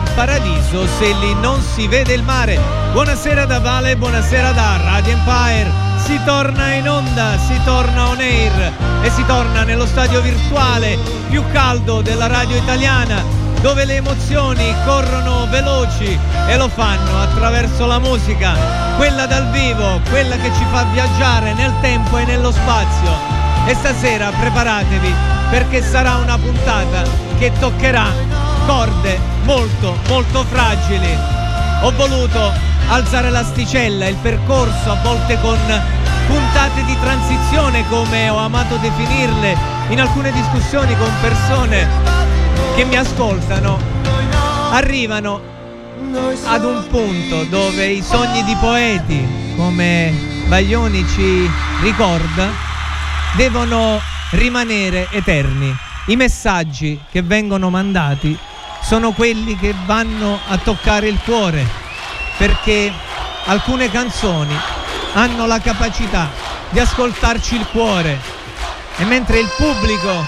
in paradiso se lì non si vede il mare. Buonasera da Vale, buonasera da Radio Empire. Si torna in onda, si torna on air e si torna nello stadio virtuale più caldo della radio italiana, dove le emozioni corrono veloci e lo fanno attraverso la musica, quella dal vivo, quella che ci fa viaggiare nel tempo e nello spazio. E stasera preparatevi, perché sarà una puntata che toccherà corde molto molto fragili. Ho voluto alzare l'asticella, il percorso, a volte con puntate di transizione, come ho amato definirle in alcune discussioni con persone che mi ascoltano, arrivano ad un punto dove i sogni di poeti, come Baglioni ci ricorda, devono rimanere eterni. I messaggi che vengono mandati sono quelli che vanno a toccare il cuore, perché alcune canzoni hanno la capacità di ascoltarci il cuore, e mentre il pubblico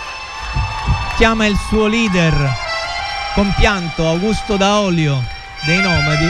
chiama il suo leader compianto Augusto Daolio dei Nomadi,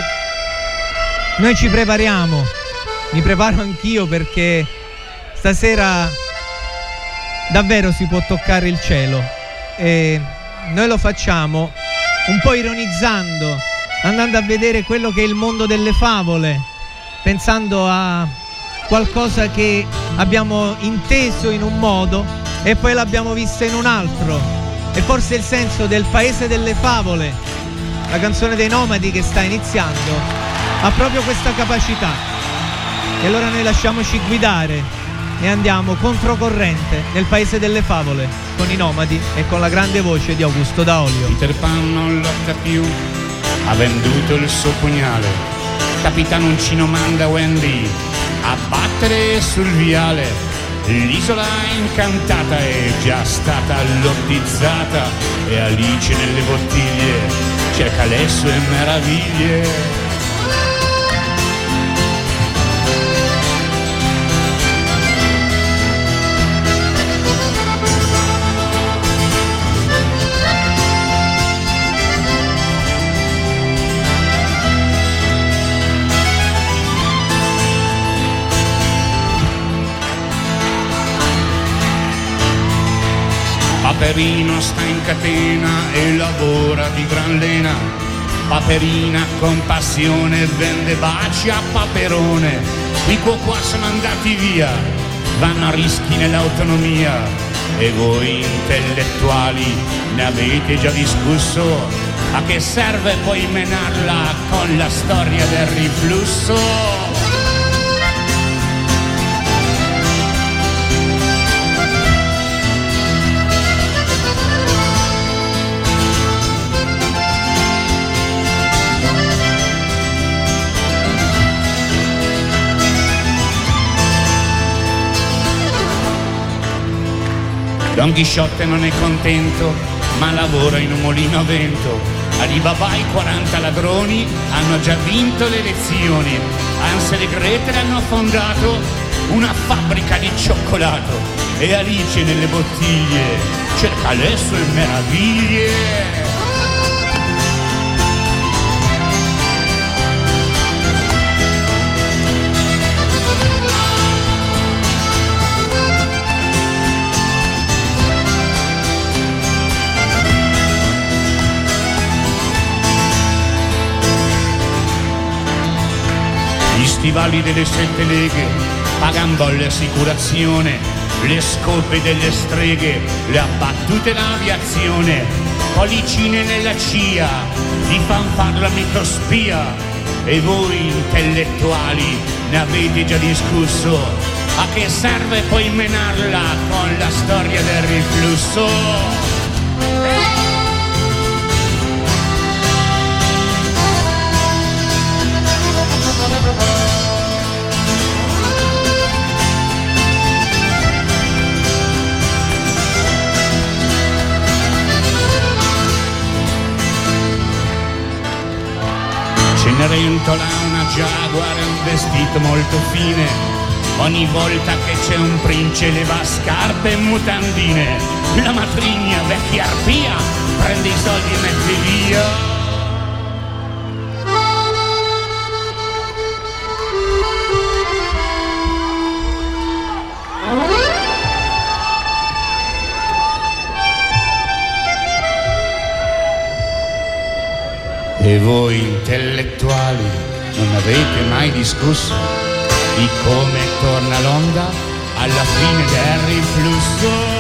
noi ci prepariamo. Mi preparo anch'io, perché stasera davvero si può toccare il cielo, e noi lo facciamo un po' ironizzando, andando a vedere quello che è il mondo delle favole, pensando a qualcosa che abbiamo inteso in un modo e poi l'abbiamo vista in un altro. E forse il senso del Paese delle Favole, la canzone dei Nomadi che sta iniziando, ha proprio questa capacità. E allora noi lasciamoci guidare e andiamo controcorrente nel Paese delle Favole con i Nomadi e con la grande voce di Augusto Daolio. Peter Pan non lotta più, ha venduto il suo pugnale. Capitano Uncino manda Wendy a battere sul viale. L'isola incantata è già stata lottizzata e Alice nelle bottiglie cerca le sue meraviglie. Paperino sta in catena e lavora di gran lena. Paperina con passione vende baci a Paperone. I qua sono andati via, vanno a rischi nell'autonomia. E voi intellettuali ne avete già discusso. A che serve poi menarla con la storia del riflusso? Don Chisciotte non è contento, ma lavora in un mulino a vento. Alibaba e 40 ladroni hanno già vinto le elezioni. Hansel e Gretel hanno fondato una fabbrica di cioccolato. E Alice nelle bottiglie cerca le sue meraviglie. Stivali delle 7 leghe, pagan bolle assicurazione, le scope delle streghe, le ha battute l'aviazione, pollicine nella CIA, di fanfarla microspia, e voi intellettuali ne avete già discusso, a che serve poi menarla con la storia del riflusso? Cenerentola una Jaguar e un vestito molto fine. Ogni volta che c'è un prince leva scarpe e mutandine. La matrigna vecchia arpia prende i soldi e mette via. E voi intellettuali non avete mai discusso di come torna l'onda alla fine del riflusso?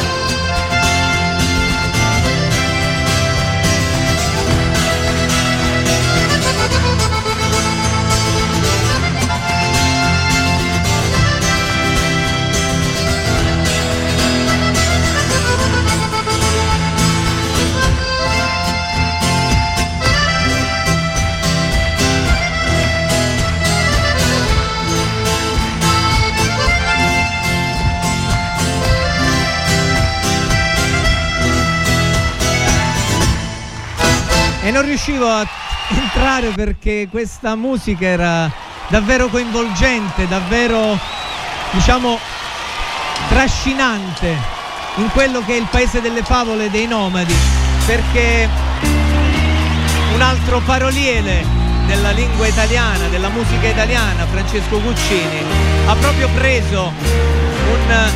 E non riuscivo a entrare perché questa musica era davvero coinvolgente, davvero, diciamo, trascinante in quello che è il paese delle favole dei nomadi, perché un altro paroliere della lingua italiana, della musica italiana, Francesco Guccini, ha proprio preso un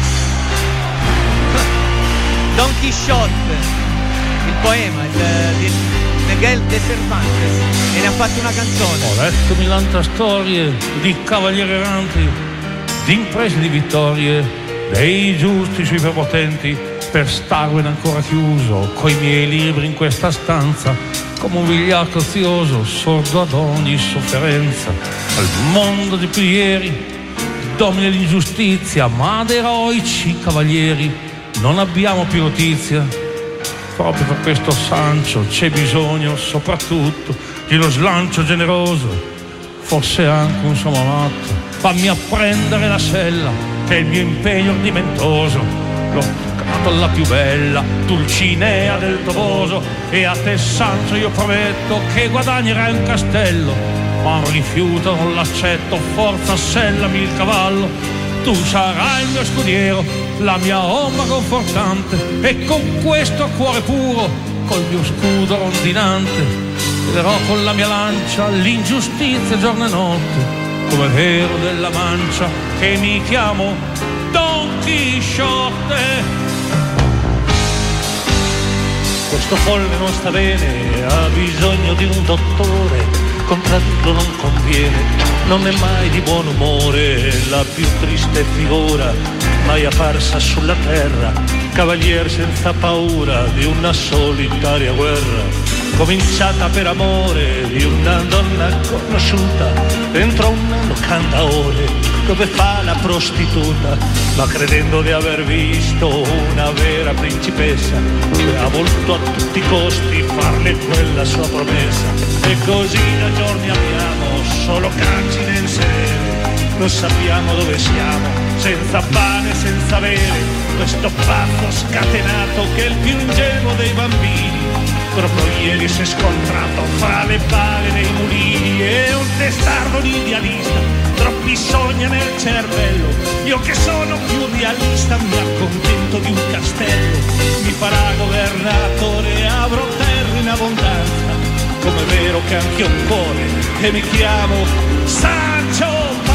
Don Chisciotte, il poema di Miguel de Cervantes, e ne ha fatto una canzone. Ho letto milanta storie di cavalieri erranti, di imprese di vittorie, dei giusti sui prepotenti, per starvene ancora chiuso coi miei libri in questa stanza, come un vigliacco ozioso, sordo ad ogni sofferenza. Al mondo di più ieri domina l'ingiustizia, ma ad eroici cavalieri non abbiamo più notizia. Proprio per questo Sancho c'è bisogno soprattutto di uno slancio generoso, forse anche un somamato. Fammi apprendere la sella, che è il mio impegno ordimentoso. L'ho toccato alla più bella Dulcinea del Toboso, e a te Sancho io prometto che guadagnerai un castello, ma un rifiuto non l'accetto, forza sellami il cavallo. Tu sarai il mio scudiero, la mia ombra confortante, e con questo cuore puro, col mio scudo rondinante, vedrò con la mia lancia l'ingiustizia giorno e notte, come vero della Mancia, che mi chiamo Don Chisciotte. Questo folle non sta bene, ha bisogno di un dottore, contraddirlo non conviene, non è mai di buon umore, la più triste figura mai apparsa sulla terra, cavalier senza paura di una solitaria guerra, cominciata per amore di una donna conosciuta dentro una locanda dove fa la prostituta, ma credendo di aver visto una vera principessa, ha voluto a tutti i costi farle quella sua promessa, e così da giorni abbiamo solo cacci nel sedere, non sappiamo dove siamo, senza pane, senza bere, questo pazzo scatenato che è il più ingenuo dei bambini, proprio ieri si è scontrato fra le pale dei mulini, è un testardo un idealista, troppi sogni nel cervello, io che sono più realista mi accontento di un castello, mi farà governatore, avrò terra in abbondanza, come è vero che anche ho un cuore e mi chiamo Sancho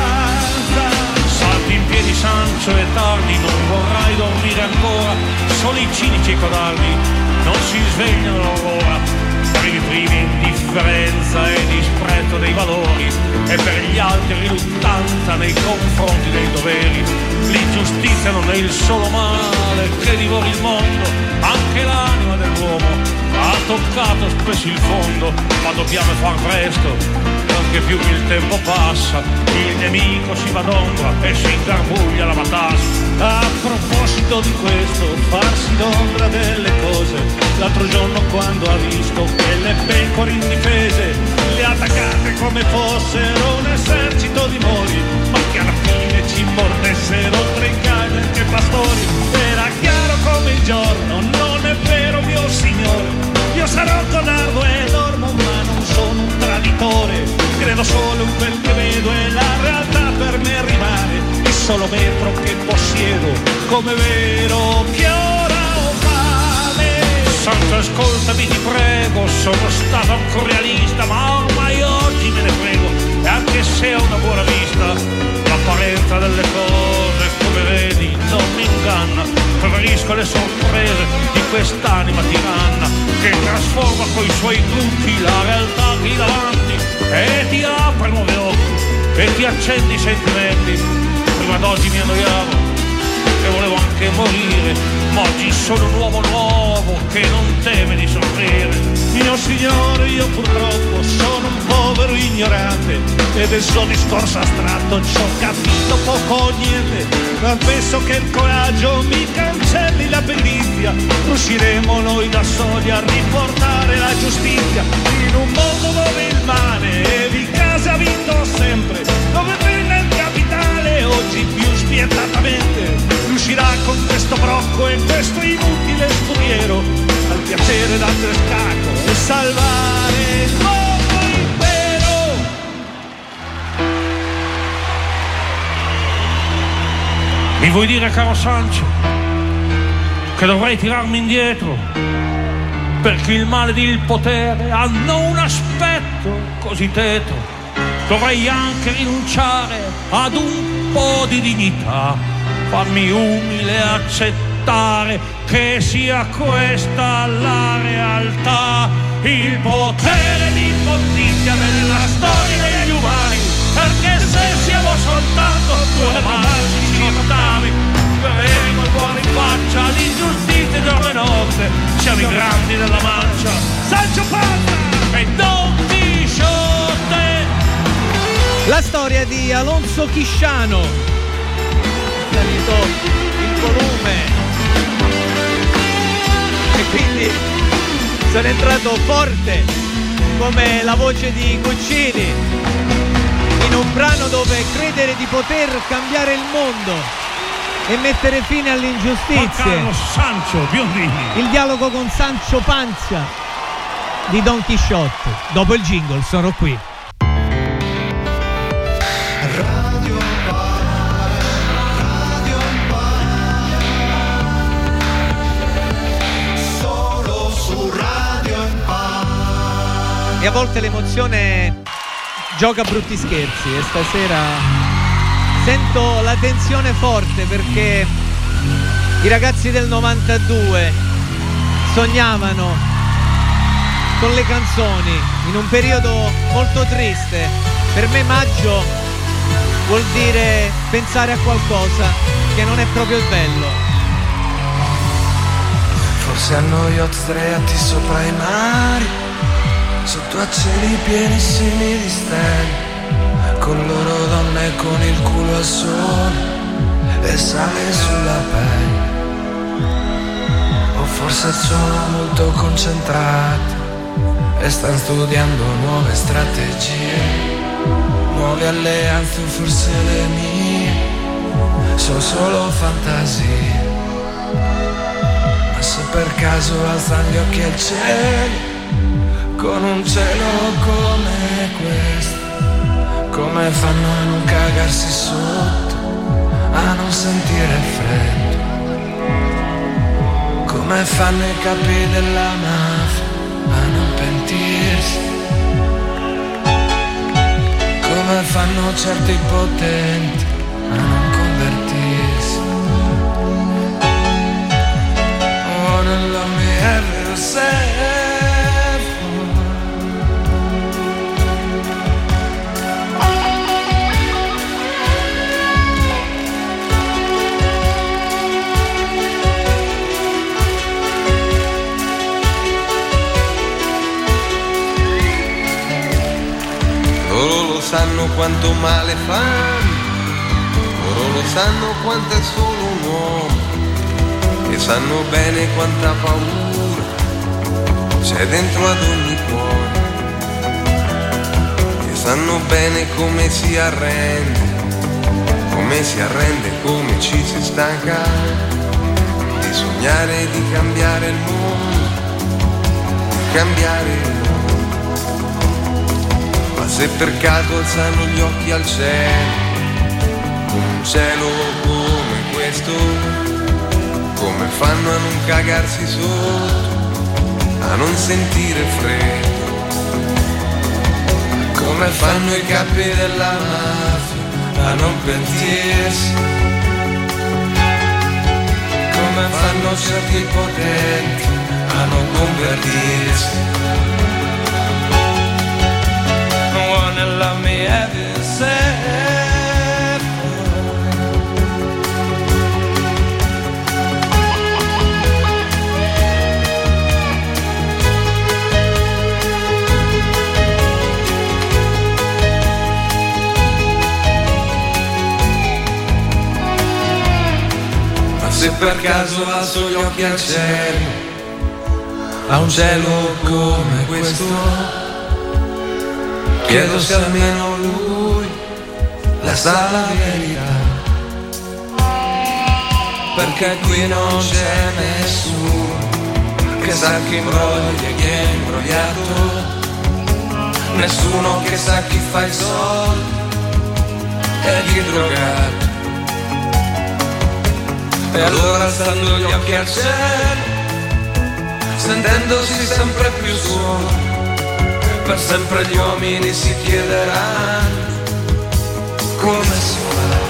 Panza. Salti in piedi Sancho e tardi, non vorrai dormire ancora, solo i cinici e codardi non si svegliano l'aurora, per i primi indifferenza e disprezzo dei valori, e per gli altri riluttanza nei confronti dei doveri. L'ingiustizia non è il solo male che divora il mondo, anche l'anima dell'uomo ha toccato spesso il fondo, ma dobbiamo far presto, anche più che il tempo passa, il nemico si va d'ombra e si ingarbuglia la matassa. A proposito di questo, farsi d'ombra delle cose, l'altro giorno quando ha visto che le pecore indifese le ha attaccate come fossero un esercito di mori, ma che alla fine ci mordessero tra i cani e pastori, era chiaro come il giorno, non è vero mio signore, io sarò codardo e dormo ma non sono un traditore, credo solo in quel che vedo e la realtà per me rimane il solo metro che possiedo, come vero che ora ho fame. Santo ascoltami ti prego, sono stato ancora realista, ma ormai oggi me ne frego, e anche se ho una buona vista, l'apparenza delle cose come vedi non mi inganna, preferisco le sorprese di quest'anima tiranna che trasforma coi suoi trucchi la realtà qui davanti e ti apre nuovi occhi e ti accendi i sentimenti. Prima d'oggi mi annoiavo e volevo anche morire, ma oggi sono un uomo nuovo che non teme di soffrire. Mio signore, io purtroppo sono un povero ignorante e del suo discorso astratto ci ho capito poco o niente, ma penso che il coraggio mi cancelli la perizia. Riusciremo noi da soli a riportare la giustizia in un mondo dove il male e di casa ha vinto sempre, dove prende il capitale oggi più spietatamente. Riuscirà con questo brocco e questo inutile scudiero al piacere d'altro scacco e salvare il mondo intero. Mi vuoi dire, caro Sancho, che dovrei tirarmi indietro perché il male ed il potere hanno un aspetto così tetro? Dovrei anche rinunciare ad un po' di dignità, farmi umile, accettare che sia questa la realtà, il potere di immondizia della storia degli umani, perché se siamo soltanto due magici mortali, verremo il cuore in faccia all'ingiustizia giorno e notte. Siamo i grandi della Mancia, Sancho Panza e Don Chisciotte. La storia di Alonso Chisciano, salito il volume e quindi sono entrato forte come la voce di Guccini in un brano dove credere di poter cambiare il mondo e mettere fine alle ingiustizie. Sancho Biondini. Il dialogo con Sancho Panza di Don Chisciotte. Dopo il jingle sono qui. E a volte l'emozione gioca brutti scherzi e stasera sento la tensione forte perché i ragazzi del 92 sognavano con le canzoni in un periodo molto triste. Per me maggio vuol dire pensare a qualcosa che non è proprio bello. Forse a noi stretti sopra i mari, sotto a cieli pienissimi di stelle, con loro donne con il culo al sole e sale sulla pelle. O forse sono molto concentrati e stanno studiando nuove strategie, nuove alleanze, forse le mie sono solo fantasie. Ma se per caso alzano gli occhi al cielo, con un cielo come questo, come fanno a non cagarsi sotto, a non sentire freddo? Come fanno i capi della mafia a non pentirsi? Come fanno certi potenti a non convertirsi? Oh, non love me ever yourself. Loro lo sanno quanto male fanno, loro lo sanno quanto è solo un uomo, e sanno bene quanta paura c'è dentro ad ogni cuore, e sanno bene come si arrende, come ci si stanca di sognare di cambiare il mondo, cambiare il mondo. Se per caso alzano gli occhi al cielo, con un cielo come questo, come fanno a non cagarsi sotto, a non sentire freddo? Come fanno i capi della mafia a non pentirsi? Come come fanno certi potenti a non convertirsi. Wanna love me, have you said? Se per caso alzo gli occhi al cielo, a un cielo come questo, chiedo se almeno lui la sa la verità, perché qui non c'è nessuno che sa chi imbroglia e chi è imbrogliato, nessuno che sa chi fa i soldi e chi è drogato. E allora alzando gli occhi al cielo, sentendosi sempre più soli, per sempre gli uomini si chiederanno come si fa.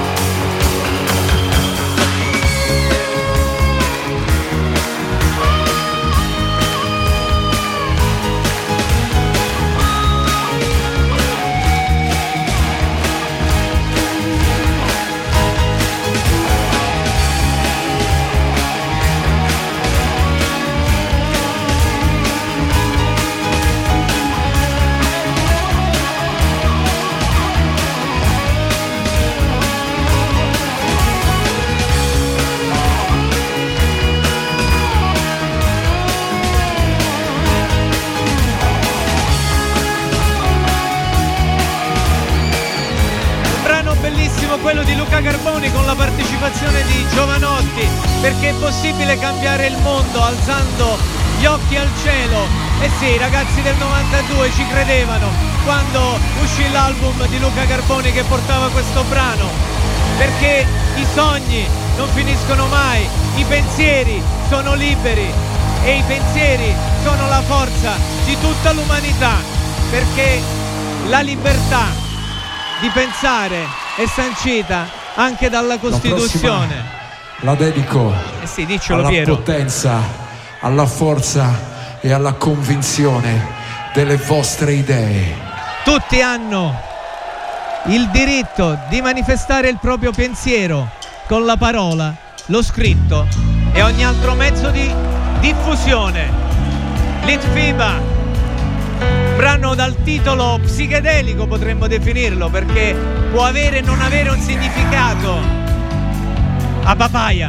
Quello di Luca Carboni con la partecipazione di Giovanotti, perché è possibile cambiare il mondo alzando gli occhi al cielo. E sì, i ragazzi del 92 ci credevano quando uscì l'album di Luca Carboni che portava questo brano, perché i sogni non finiscono mai, i pensieri sono liberi e i pensieri sono la forza di tutta l'umanità, perché la libertà di pensare è sancita anche dalla Costituzione. La dedico sì, diccelo, alla Piero. potenza, alla forza e alla convinzione delle vostre idee. Tutti hanno il diritto di manifestare il proprio pensiero con la parola, lo scritto e ogni altro mezzo di diffusione. Litfiba, brano dal titolo psichedelico potremmo definirlo, perché può avere e non avere un significato. A papaya.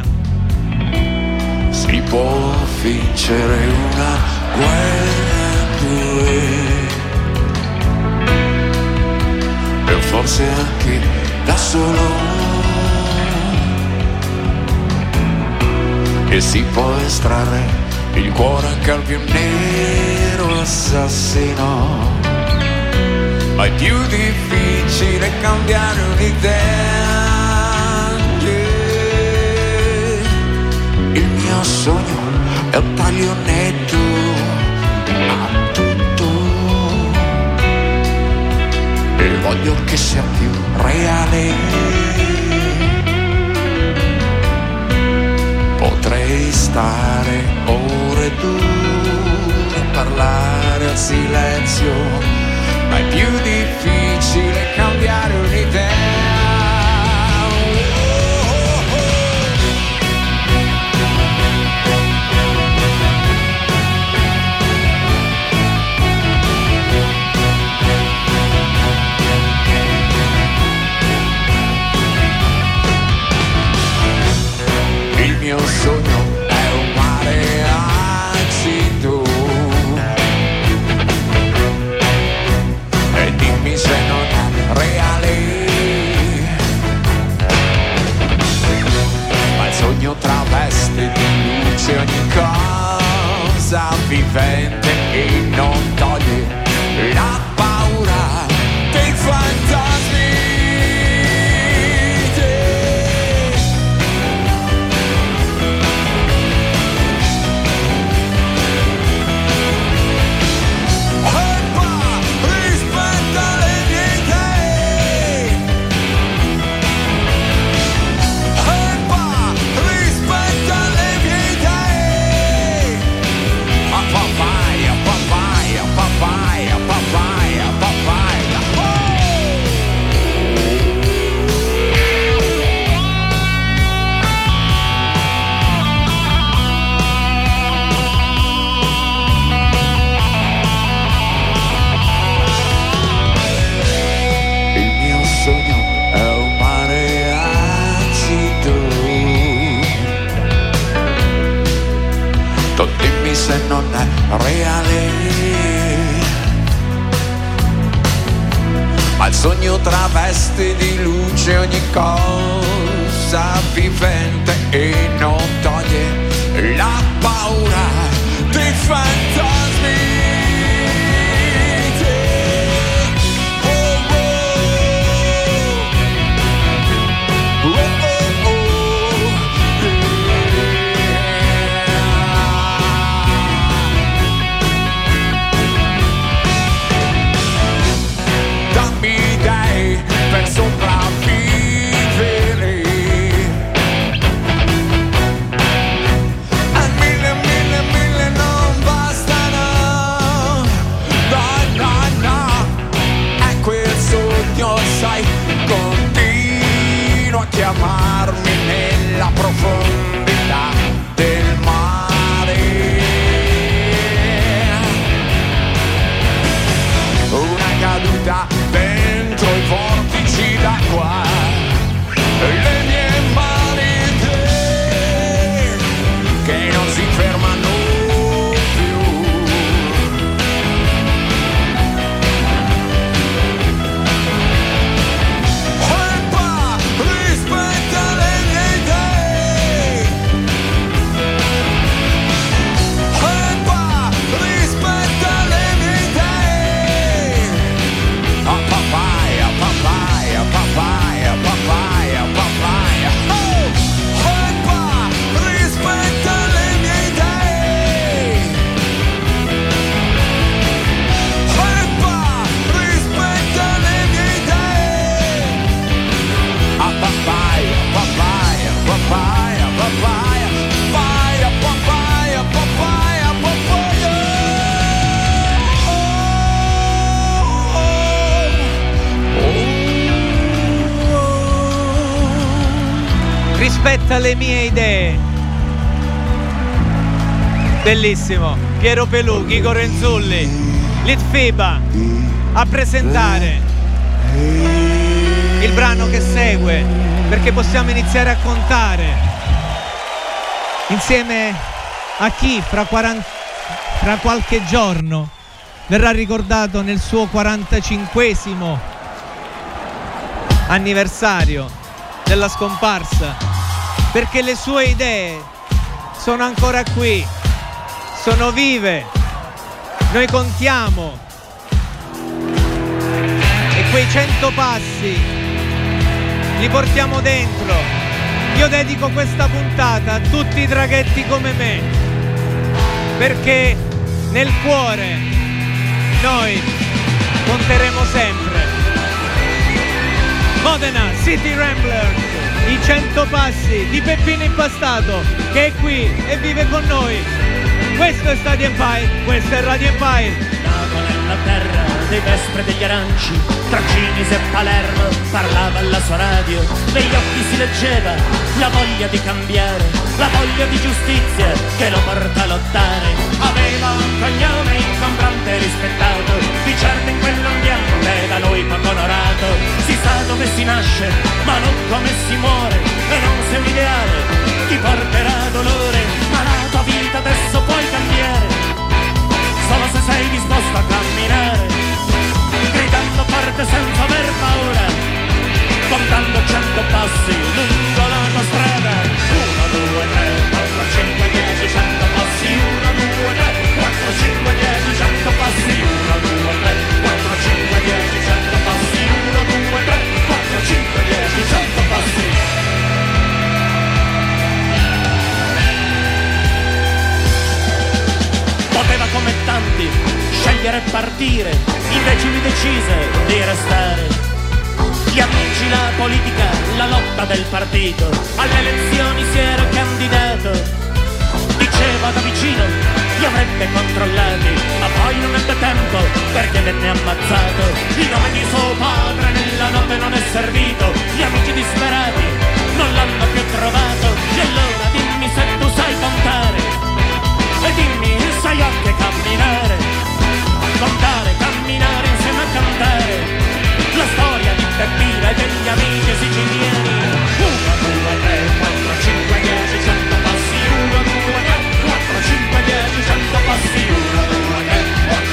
Si può vincere una guerra due, e forse anche da solo, e si può estrarre il cuore anche al più nero assassino, ma è più difficile cambiare un'idea. Il mio sogno è un taglio netto a tutto, e voglio che sia più reale. Potrei stare ore dure a parlare al silenzio, ma è più difficile cambiare un'idea. Il mio sogno è un mare agito, e dimmi se non è ma il sogno traveste di luce ogni cosa vivente e non toglie la paura dei fantasmi. Per sopravvivere a mille non bastano, no, è quel sogno, sai, continua a chiamarmi nella profondità del mare, una caduta dentro i vortici d'acqua, le mie mani che non si fermano più. Colpa rispetto alle mie idee, colpa rispetto alle mie idee. Oh, papaya, papaya, papaya, papaya, papaya. Oh, colpa rispetto alle mie idee, colpa rispetto alle mie idee. Ah, papaya, papaya, papaya, papaya, papaya, papaya, papaya, papaya. Rispetta le mie idee. Bellissimo. Piero Pelù, Chico Renzulli, Litfiba a presentare il brano che segue, perché possiamo iniziare a contare insieme a chi fra qualche giorno verrà ricordato nel suo 45esimo anniversario della scomparsa, perché le sue idee sono ancora qui, sono vive, noi contiamo, e quei 100 passi li portiamo dentro. Io dedico questa puntata a tutti i traghetti come me, perché nel cuore noi conteremo sempre. Modena City Ramblers, i 100 passi di Peppino Impastato, che è qui e vive con noi. Questo è Stadio Empire, questo è Radio Empire. Nato nella terra dei Vespre degli Aranci, tra Cinisi e Palermo, parlava alla sua radio, negli occhi si leggeva la voglia di cambiare, la voglia di giustizia che lo porta a lottare. Aveva un cognome ingombrante e rispettato, di certo in quell'ambiente da noi poco onorato. Si sa dove si nasce, ma non come si muore, e non se un ideale ti porterà dolore, ma la tua vita adesso puoi cambiare, solo se sei disposto a camminare, gridando forte senza aver paura, contando 100 passi lungo la tua strada. 1, 2, 3, 4, 5, 10, 100 passi. 1, 2, 3, 4, 5, 10, 100 passi. 1, 2, 3, 4, 5, 10, 100 passi. 1, 2, 3, 4, 5, 10, 100 passi. Poteva come tanti scegliere e partire, invece lui decise di restare. Gli amici, la politica, la lotta del partito, alle elezioni si era candidato. Diceva da vicino li avrebbe controllati, ma poi non ebbe tempo perché venne ammazzato. Il nome di suo padre nella notte non è servito, gli amici disperati non l'hanno più trovato. E allora dimmi se tu sai contare, e dimmi sai anche camminare, contare, camminare insieme a cantare la storia di Peppino e degli amici siciliani. 1, 2, 3, 4, 5, 10, 100 passi. 1, 2, 3, 4, 5, 10, 100 passi. 1, 2, 3, 4,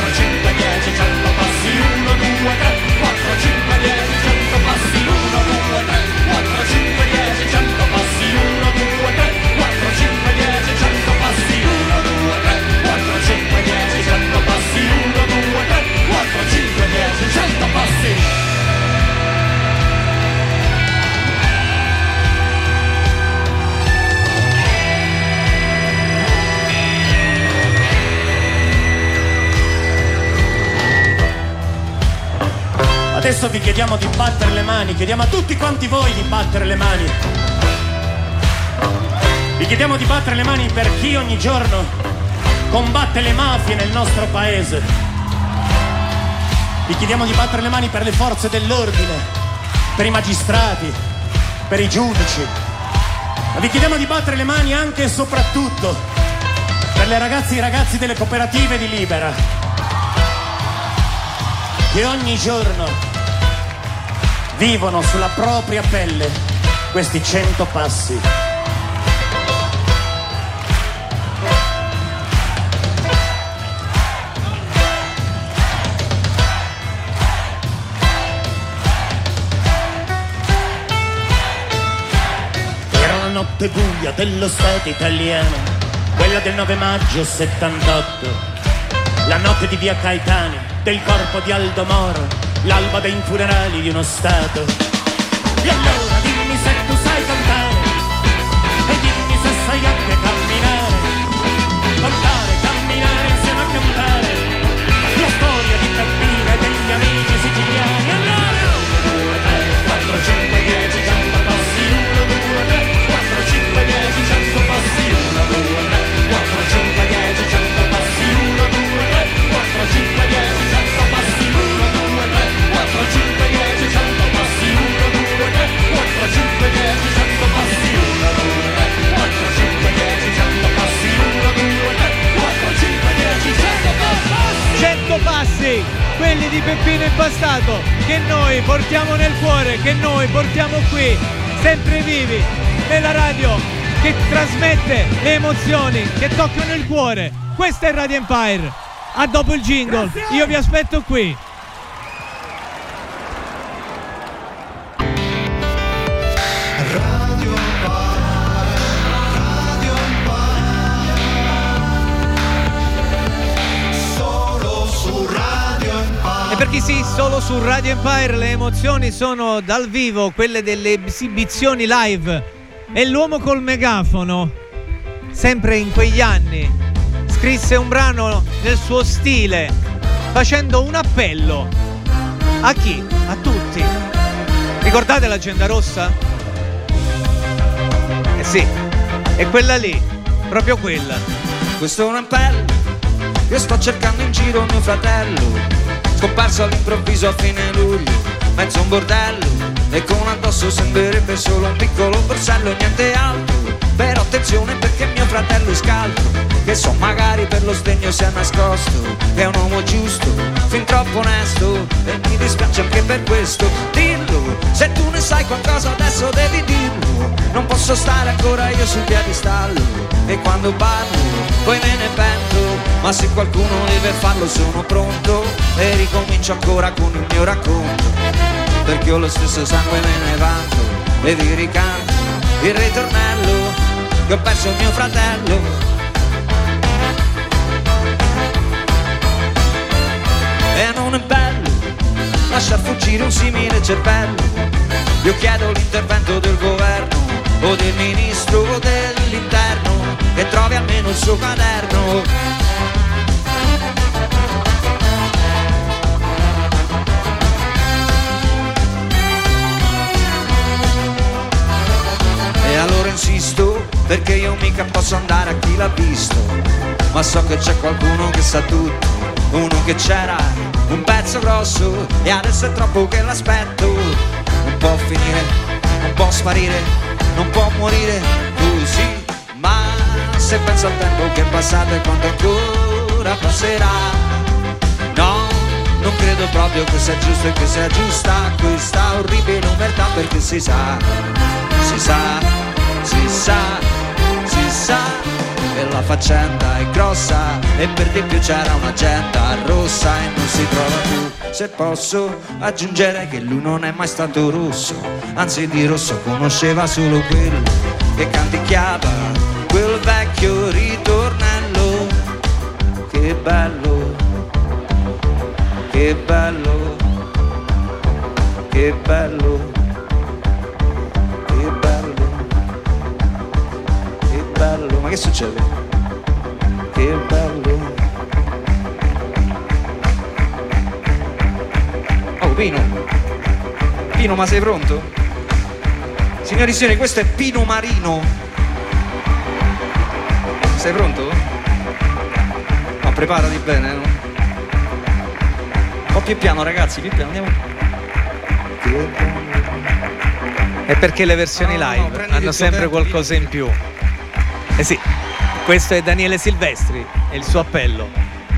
Adesso vi chiediamo di battere le mani, chiediamo a tutti quanti voi di battere le mani. Vi chiediamo di battere le mani per chi ogni giorno combatte le mafie nel nostro paese. Vi chiediamo di battere le mani per le forze dell'ordine, per i magistrati, per i giudici. Ma vi chiediamo di battere le mani anche e soprattutto per le ragazze e i ragazzi delle cooperative di Libera, che ogni giorno vivono sulla propria pelle questi 100 passi. Era la notte buia dello Stato italiano, quella del 9 maggio 78, la notte di via Caetani, del corpo di Aldo Moro, l'alba dei funerali di uno Stato. E allora dimmi se tu sai cantare, e dimmi se sai anche camminare, contare, camminare insieme a cantare la storia di Peppino e degli amici siciliani. Allora 4, 5, 10, 100 passi, 1, 2, 3, 4, 5, 10, 100 passi, 1, 2, 3, 4, 5, 10, 100 passi, 1, 2, 3, 4, 5, 10, 100 passi, 1, 2, 3, 4, 5, 10, 100 passi, 1, 2, 3, 4, 5, 10, 100 passi, 1, 2, 3, 4, 5, 10, 100 passi, 1, 2, 3, 4, 5, 10, 100 passi. 100 passi, quelli di Peppino Impastato, che noi portiamo nel cuore, che noi portiamo qui, sempre vivi, nella radio che trasmette le emozioni, che toccano il cuore. Questa è Radio Empire. A dopo il jingle, io vi aspetto qui. E per chi sì, solo su Radio Empire le emozioni sono dal vivo, quelle delle esibizioni live. E l'uomo col megafono, sempre in quegli anni, scrisse un brano nel suo stile, facendo un appello. A chi? A tutti. Ricordate l'Agenda Rossa? Eh sì, è quella lì, proprio quella. Questo è un appello, io sto cercando in giro mio fratello, scomparso all'improvviso a fine luglio, mezzo un bordello, e con addosso sembrerebbe solo un piccolo borsello, niente altro. Però attenzione perché mio fratello è scaltro, che so magari per lo sdegno si è nascosto, è un uomo giusto, fin troppo onesto, e mi dispiace anche per questo. Dillo, se tu ne sai qualcosa adesso devi dirlo, non posso stare ancora io sul piedistallo, e quando parlo poi me ne pento, ma se qualcuno deve farlo sono pronto, e ricomincio ancora con il mio racconto, perché ho lo stesso sangue me ne vanto, e vi ricanto il ritornello, che ho perso mio fratello. E non è bello lasciar fuggire un simile cervello, io chiedo l'intervento del governo o del ministro dell'interno, che trovi almeno il suo quaderno. E allora insisto, perché io mica posso andare a chi l'ha visto, ma so che c'è qualcuno che sa tutto, uno che c'era un pezzo grosso e adesso è troppo che l'aspetto. Non può finire, non può sparire, non può morire così, ma se penso al tempo che è passato e quanto ancora passerà, no, non credo proprio che sia giusto e che sia giusta questa orribile omertà, perché si sa, si sa, si sa, si sa, e la faccenda è grossa e per di più c'era un'agenda rossa e non si trova più. Se posso aggiungere che lui non è mai stato rosso, anzi di rosso conosceva solo quello che canticchiava quel vecchio ritornello. Che bello, che bello, che bello, che bello, che bello. Ma che succede? Che bello. Oh, Pino. Pino, ma sei pronto? Signori e signori, questo è Pino Marino. Sei pronto? Ma preparati bene, no? Un po' più piano, ragazzi, più piano, andiamo. È perché le versioni live hanno sempre qualcosa in più. Eh sì, questo è Daniele Silvestri e il suo appello.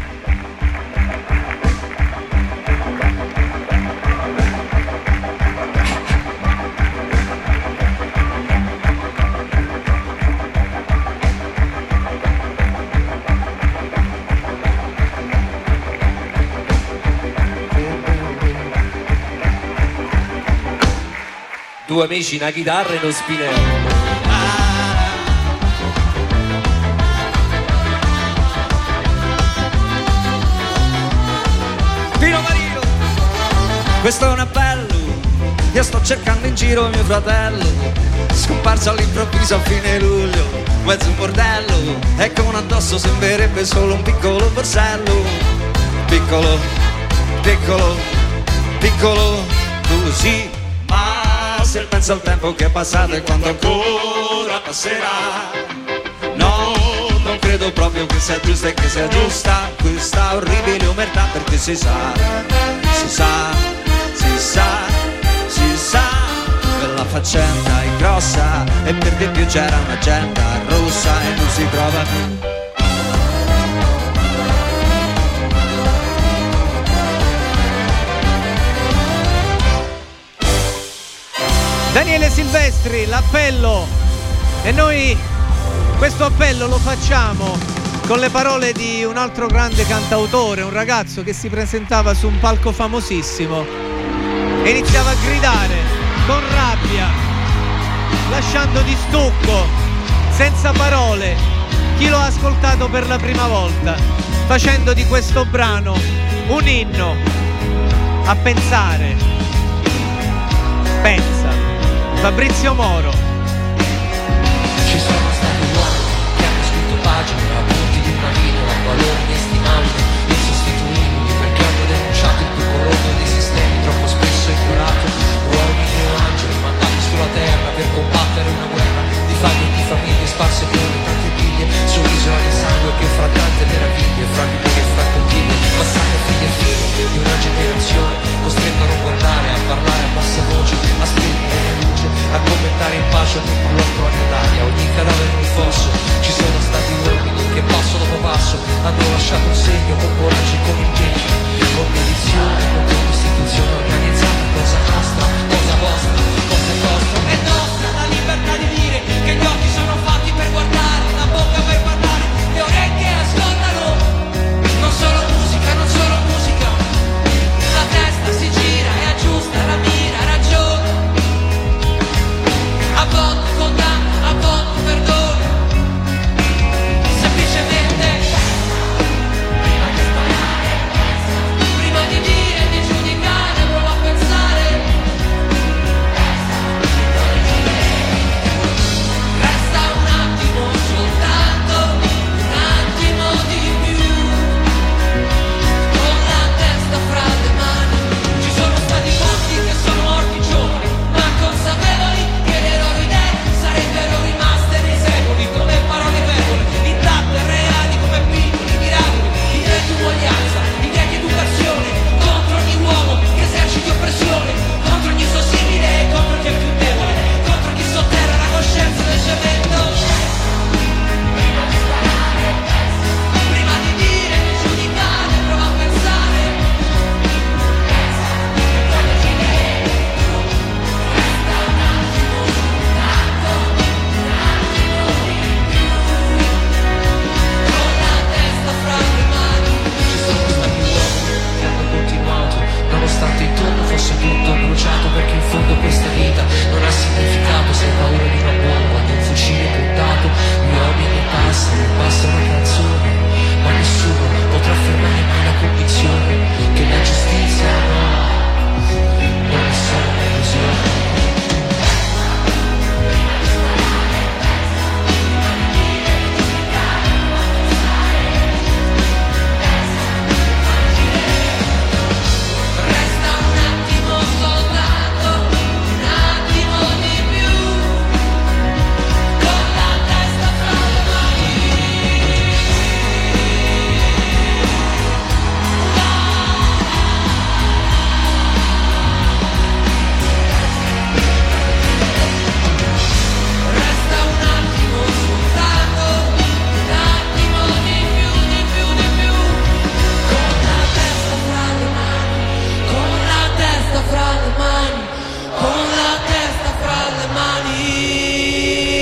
Due amici, una chitarra e uno spinello. Pino Marino. Questo è un appello, io sto cercando in giro mio fratello, scomparso all'improvviso a fine luglio, mezzo un bordello, e con addosso sembrerebbe solo un piccolo borsello. Piccolo, piccolo, piccolo, così. Se penso al tempo che è passato e quando ancora passerà, no, non credo proprio che sia giusta e che sia giusta questa orribile omertà, perché si sa, si sa, si sa, si sa che la faccenda è grossa e per di più c'era un'agenda rossa e non si trova più. Daniele Silvestri, l'appello, e noi questo appello lo facciamo con le parole di un altro grande cantautore, un ragazzo che si presentava su un palco famosissimo e iniziava a gridare con rabbia, lasciando di stucco, senza parole, chi lo ha ascoltato per la prima volta, facendo di questo brano un inno a pensare. Pensa. Fabrizio Moro. Ci sono stati uomini che hanno scritto pagine a punti di una linea, valori inestimabili, insostituibili, perché hanno denunciato il più corrotto dei sistemi, troppo spesso ignorato. Uomini e angeli mandati sulla terra per combattere una guerra di faglie e di famiglie sparse per le tante biglie su un'isola di sangue che fra tante meraviglie, fra milioni e fra contiglie, massacra figli e figli di una generazione, costretto a non guardare, a parlare a bassa voce, a spegnere la luce, a commentare in pace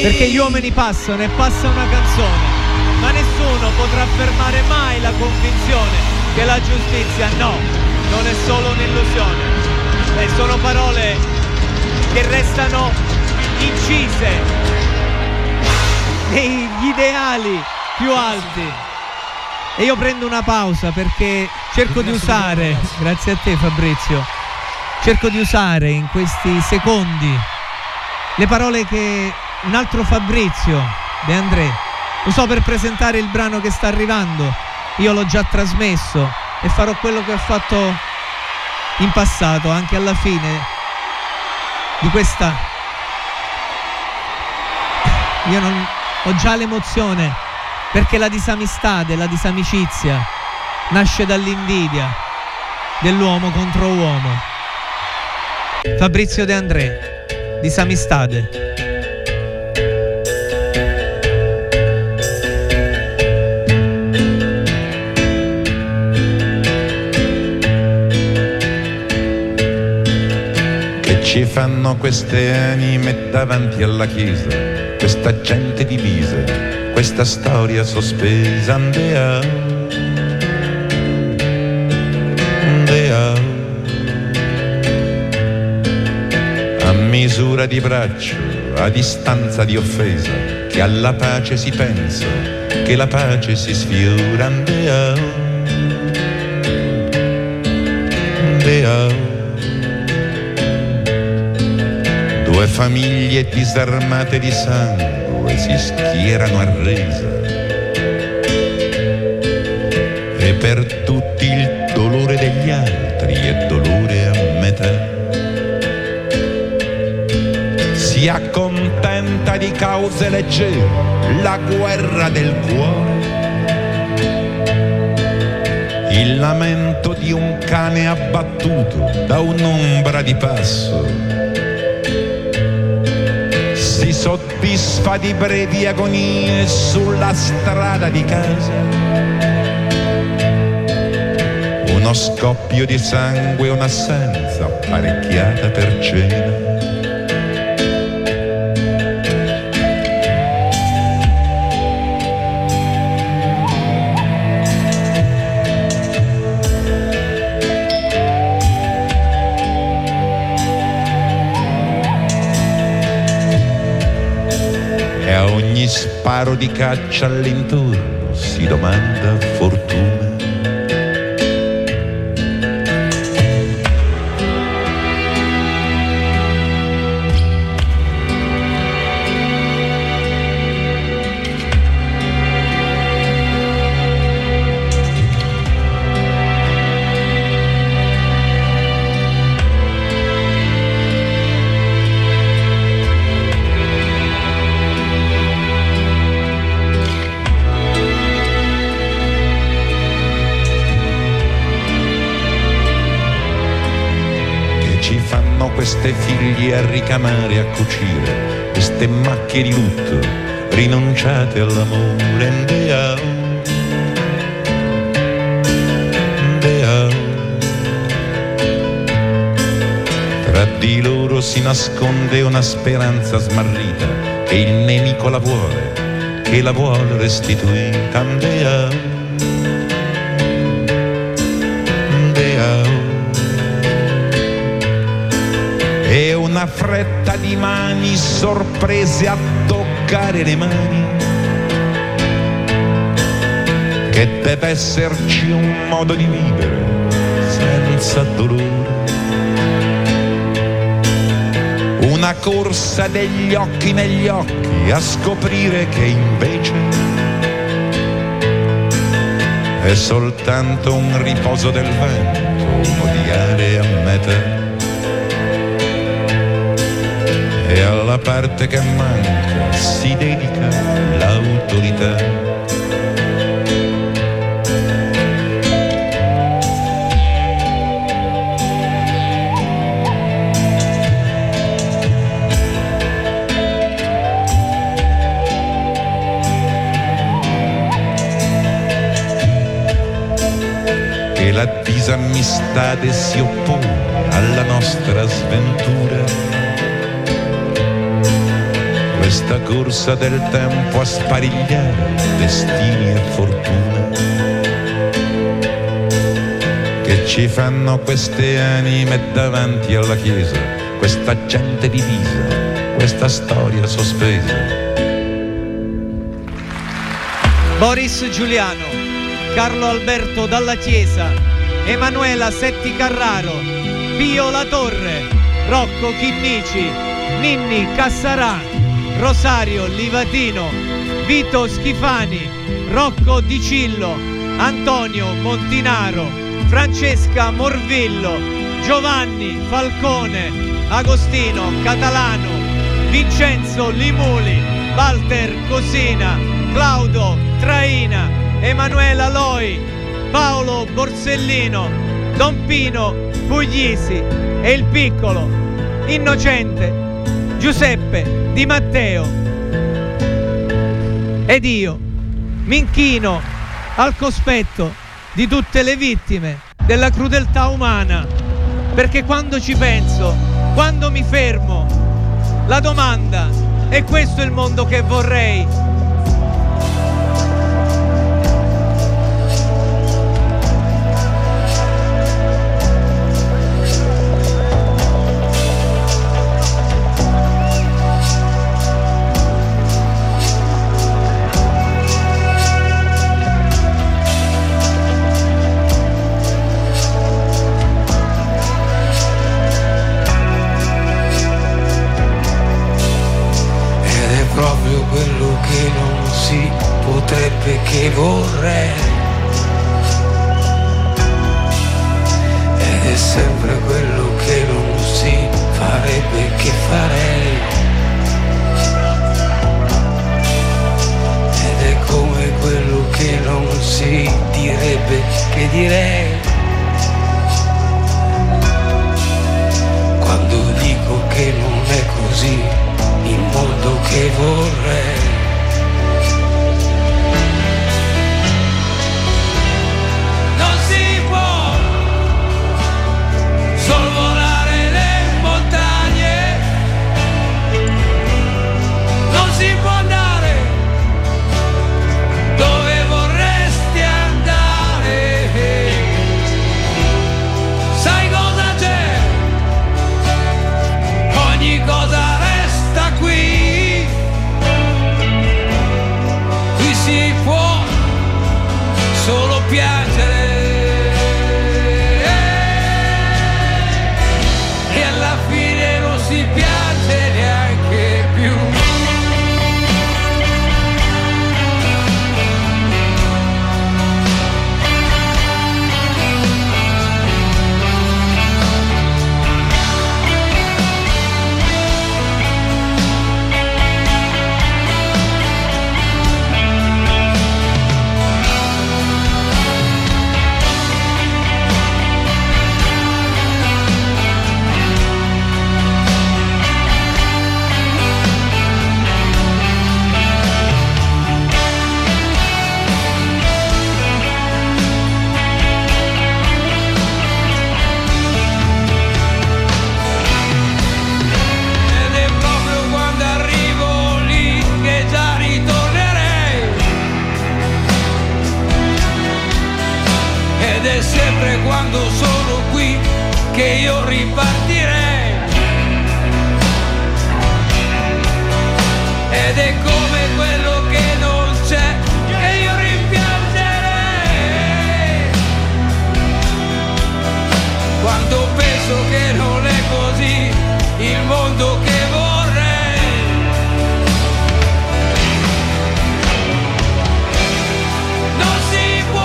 perché gli uomini passano e passa una canzone, ma nessuno potrà fermare mai la convinzione che la giustizia non è solo un'illusione. E sono parole che restano incise negli ideali più alti. E io prendo una pausa perché cerco di usare, grazie a te Fabrizio, cerco di usare in questi secondi le parole che un altro Fabrizio De André usò per presentare il brano che sta arrivando. Io l'ho già trasmesso e farò quello che ho fatto in passato, anche alla fine di questa. Io non ho già l'emozione, perché la disamistade, la disamicizia nasce dall'invidia dell'uomo contro uomo. Fabrizio De André, disamistade. Ci fanno queste anime davanti alla chiesa, questa gente divisa, questa storia sospesa. Andea, andea, a misura di braccio, a distanza di offesa, che alla pace si pensa, che la pace si sfiora. Andea, andea. Due famiglie disarmate di sangue si schierano a resa, e per tutti il dolore degli altri è dolore a metà. Si accontenta di cause leggere la guerra del cuore, il lamento di un cane abbattuto da un'ombra di passo. Si soddisfa di brevi agonie sulla strada di casa, uno scoppio di sangue, un'assenza apparecchiata per cena. Ogni sparo di caccia all'intorno si domanda fortuna. Queste figlie a ricamare, a cucire, queste macchie di lutto, rinunciate all'amore. Andea, andea. Tra di loro si nasconde una speranza smarrita, che il nemico la vuole, che la vuole restituita. Andea, andea. E una fretta di mani sorprese a toccare le mani, che deve esserci un modo di vivere senza dolore. Una corsa degli occhi negli occhi a scoprire che invece è soltanto un riposo del vento, un odiare a metà. E alla parte che manca si dedica l'autorità. E la disamistade si oppone alla nostra sventura. questa corsa del tempo a sparigliare destini e fortune che ci fanno queste anime davanti alla chiesa, questa gente divisa, questa storia sospesa. Boris Giuliano, Carlo Alberto Dalla Chiesa, Emanuela Setti Carraro, Pio La Torre, Rocco Chinnici, Ninni Cassarà, Rosario Livatino, Vito Schifani, Rocco Di Cillo, Antonio Montinaro, Francesca Morvillo, Giovanni Falcone, Agostino Catalano, Vincenzo Limuli, Walter Cosina, Claudio Traina, Emanuela Loi, Paolo Borsellino, Don Pino Puglisi e il piccolo, innocente Giuseppe Di Matteo. Ed io mi inchino al cospetto di tutte le vittime della crudeltà umana, perché quando ci penso, quando mi fermo, la domanda è: questo è il mondo che vorrei? Che vorrei, ed è sempre quello che non si farebbe che farei, ed è come quello che non si direbbe che direi, quando dico che non è così il mondo che vorrei. Sorvolare le montagne, non si può andare dove vorresti andare. Sai cosa c'è? Ogni cosa resta qui. Qui si può solo piangere. Si piace neanche più. Sempre quando sono qui che io ripartirei, ed è come quello che non c'è che io rimpiangerei, quando penso che non è così il mondo che vorrei. Non si può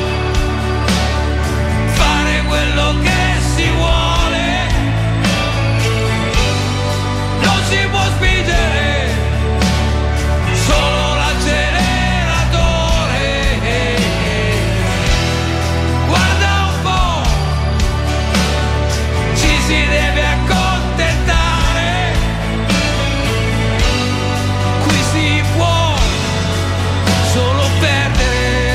quello che si vuole, non si può spingere solo l'acceleratore. Guarda un po', ci si deve accontentare, qui si può solo perdere.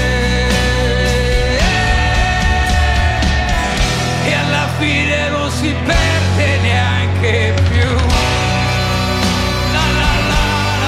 Fine non si perde neanche più. La la la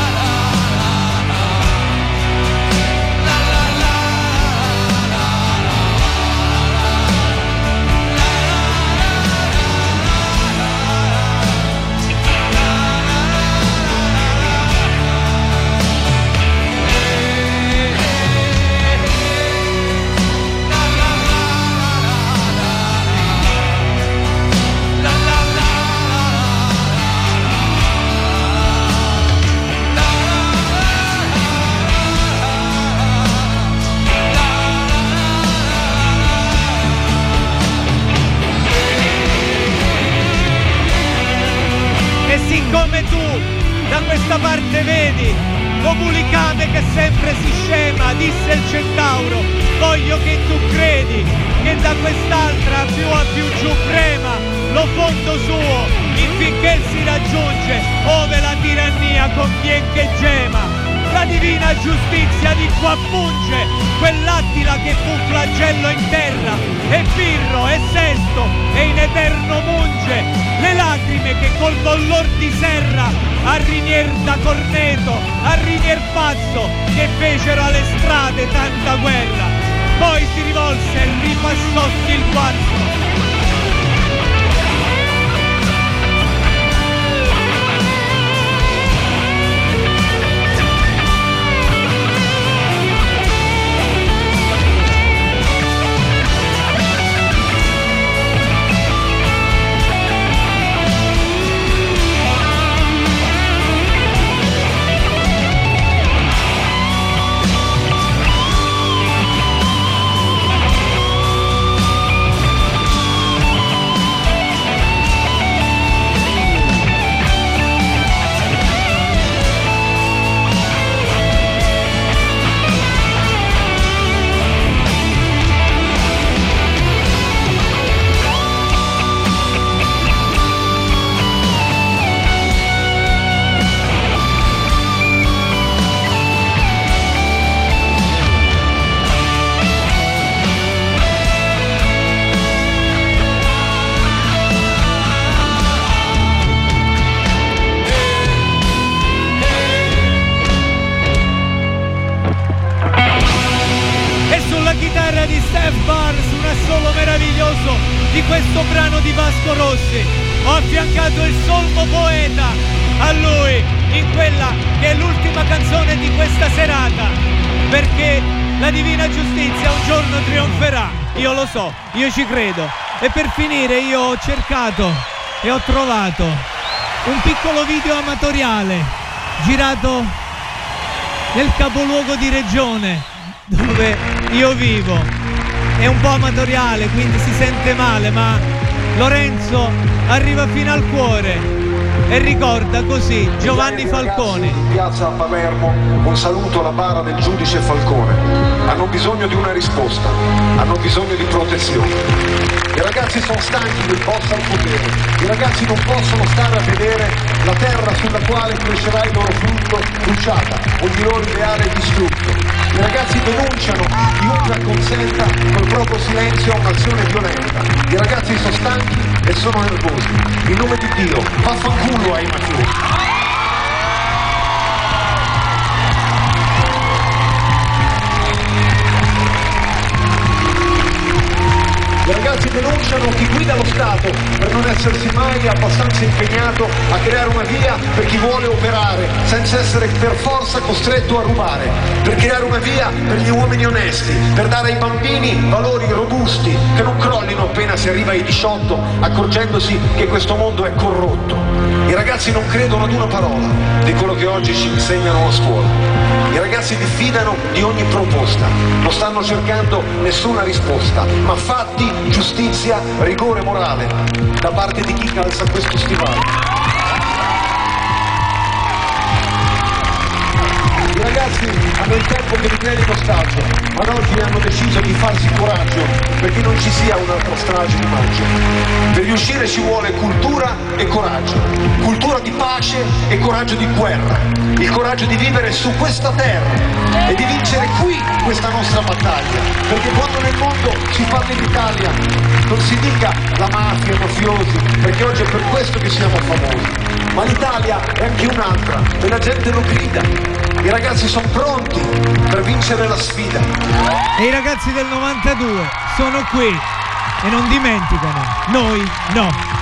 questa parte vedi comunicame che sempre si scema, disse il centauro, voglio che tu credi che da quest'altra più a più giù prema lo fondo suo, infinché si raggiunge ove la tirannia convien che gema. La divina giustizia di qua punge quell'Attila che fu flagello in terra, e Pirro e Sesto e in eterno munge le lacrime che col dolor di serra a Rinier da Corneto, a Rinier pazzo che fecero alle strade tanta guerra. Poi si rivolse e ripassossi il guazzo. Di questo brano di Vasco Rossi ho affiancato il solvo poeta a lui in quella che è l'ultima canzone di questa serata, perché la divina giustizia un giorno trionferà, io lo so, io ci credo. E per finire io ho cercato e ho trovato un piccolo video amatoriale girato nel capoluogo di regione dove io vivo. È un po' amatoriale, quindi si sente male, ma Lorenzo arriva fino al cuore e ricorda così Giovanni Falcone. In piazza a Palermo un saluto alla bara del giudice Falcone. Hanno bisogno di una risposta, hanno bisogno di protezione. I ragazzi sono stanchi del boss al potere, i ragazzi non possono stare a vedere la terra sulla quale crescerà il loro frutto bruciata o il loro ideale distrutto. I ragazzi denunciano chiunque consenta col proprio silenzio un'azione violenta. I ragazzi sono stanchi e sono nervosi. In nome di Dio, vaffanculo ai mafiosi. I ragazzi denunciano chi guida lo Stato per non essersi mai abbastanza impegnato a creare una via per chi vuole operare senza essere per forza costretto a rubare, per creare una via per gli uomini onesti, per dare ai bambini valori robusti che non crollino appena si arriva ai 18 accorgendosi che questo mondo è corrotto. I ragazzi non credono ad una parola di quello che oggi ci insegnano a scuola. I ragazzi diffidano di ogni proposta, non stanno cercando nessuna risposta, ma fatti, giustizia, rigore morale da parte di chi calza questo stivale. I ragazzi hanno il tempo che li credi l'ostaggio, ma oggi hanno deciso di farsi coraggio perché non ci sia un'altra strage di maggio. Per riuscire ci vuole cultura e coraggio, cultura di pace e coraggio di guerra, il coraggio di vivere su questa terra e di vincere qui questa nostra battaglia, perché quando nel mondo si parla d'Italia non si dica la mafia, i mafiosi, perché oggi è per questo che siamo famosi, ma l'Italia è anche un'altra e la gente lo grida. I ragazzi sono pronti per vincere la sfida. E i ragazzi del 92 sono qui e non dimenticano, noi no.